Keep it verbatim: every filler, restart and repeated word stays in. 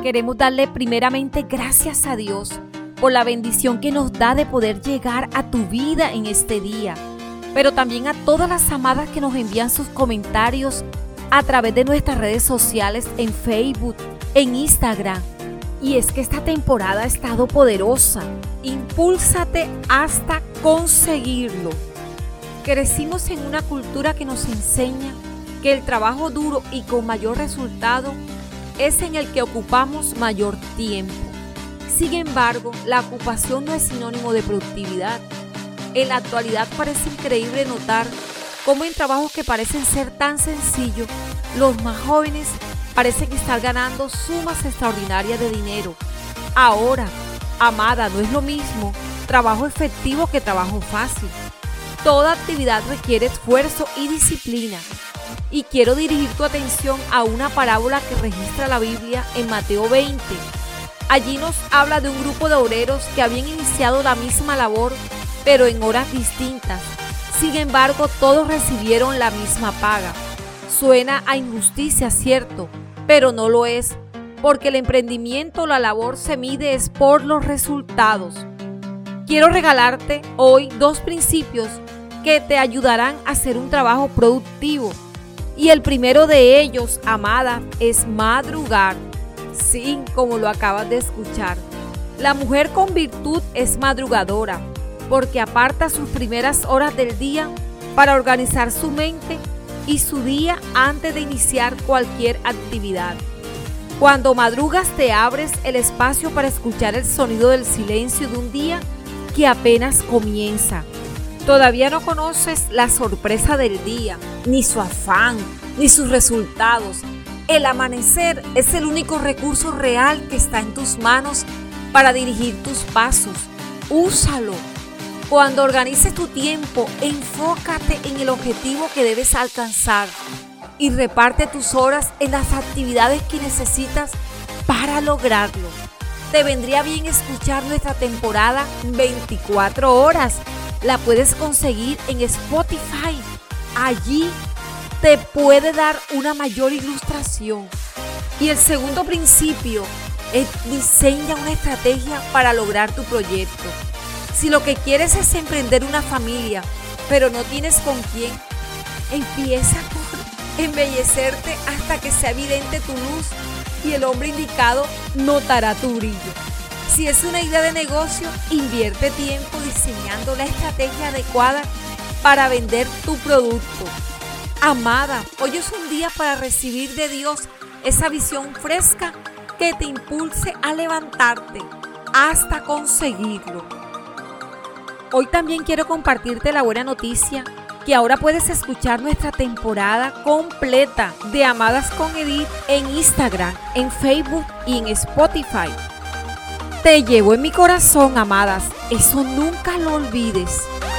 Queremos darle primeramente gracias a Dios por la bendición que nos da de poder llegar a tu vida en este día, pero también a todas las amadas que nos envían sus comentarios a través de nuestras redes sociales en Facebook, en Instagram. Y es que esta temporada ha estado poderosa. Impúlsate hasta conseguirlo. Crecimos en una cultura que nos enseña que el trabajo duro y con mayor resultado es en el que ocupamos mayor tiempo. Sin embargo, la ocupación no es sinónimo de productividad. En la actualidad parece increíble notar cómo en trabajos que parecen ser tan sencillos, los más jóvenes parecen estar ganando sumas extraordinarias de dinero. Ahora, amada, no es lo mismo trabajo efectivo que trabajo fácil. Toda actividad requiere esfuerzo y disciplina. Y quiero dirigir tu atención a una parábola que registra la Biblia en Mateo veinte. Allí nos habla de un grupo de obreros que habían iniciado la misma labor, pero en horas distintas. Sin embargo, todos recibieron la misma paga. Suena a injusticia, cierto, pero no lo es, porque el emprendimiento o la labor se mide es por los resultados. Quiero regalarte hoy dos principios que te ayudarán a hacer un trabajo productivo. Y el primero de ellos, amada, es madrugar. Sí, como lo acabas de escuchar. La mujer con virtud es madrugadora, porque aparta sus primeras horas del día para organizar su mente y su día antes de iniciar cualquier actividad. Cuando madrugas te abres el espacio para escuchar el sonido del silencio de un día que apenas comienza. Todavía no conoces la sorpresa del día, ni su afán, ni sus resultados. El amanecer es el único recurso real que está en tus manos para dirigir tus pasos. Úsalo. Cuando organices tu tiempo, enfócate en el objetivo que debes alcanzar y reparte tus horas en las actividades que necesitas para lograrlo. Te vendría bien escuchar nuestra temporada veinticuatro horas. La puedes conseguir en Spotify. Allí te puede dar una mayor ilustración. Y el segundo principio es diseña una estrategia para lograr tu proyecto. Si lo que quieres es emprender una familia, pero no tienes con quién, empieza por embellecerte hasta que sea evidente tu luz y el hombre indicado notará tu brillo. Si es una idea de negocio, invierte tiempo diseñando la estrategia adecuada para vender tu producto. Amada, hoy es un día para recibir de Dios esa visión fresca que te impulse a levantarte hasta conseguirlo. Hoy también quiero compartirte la buena noticia que ahora puedes escuchar nuestra temporada completa de Amadas con Edith en Instagram, en Facebook y en Spotify. Te llevo en mi corazón, amadas. Eso nunca lo olvides.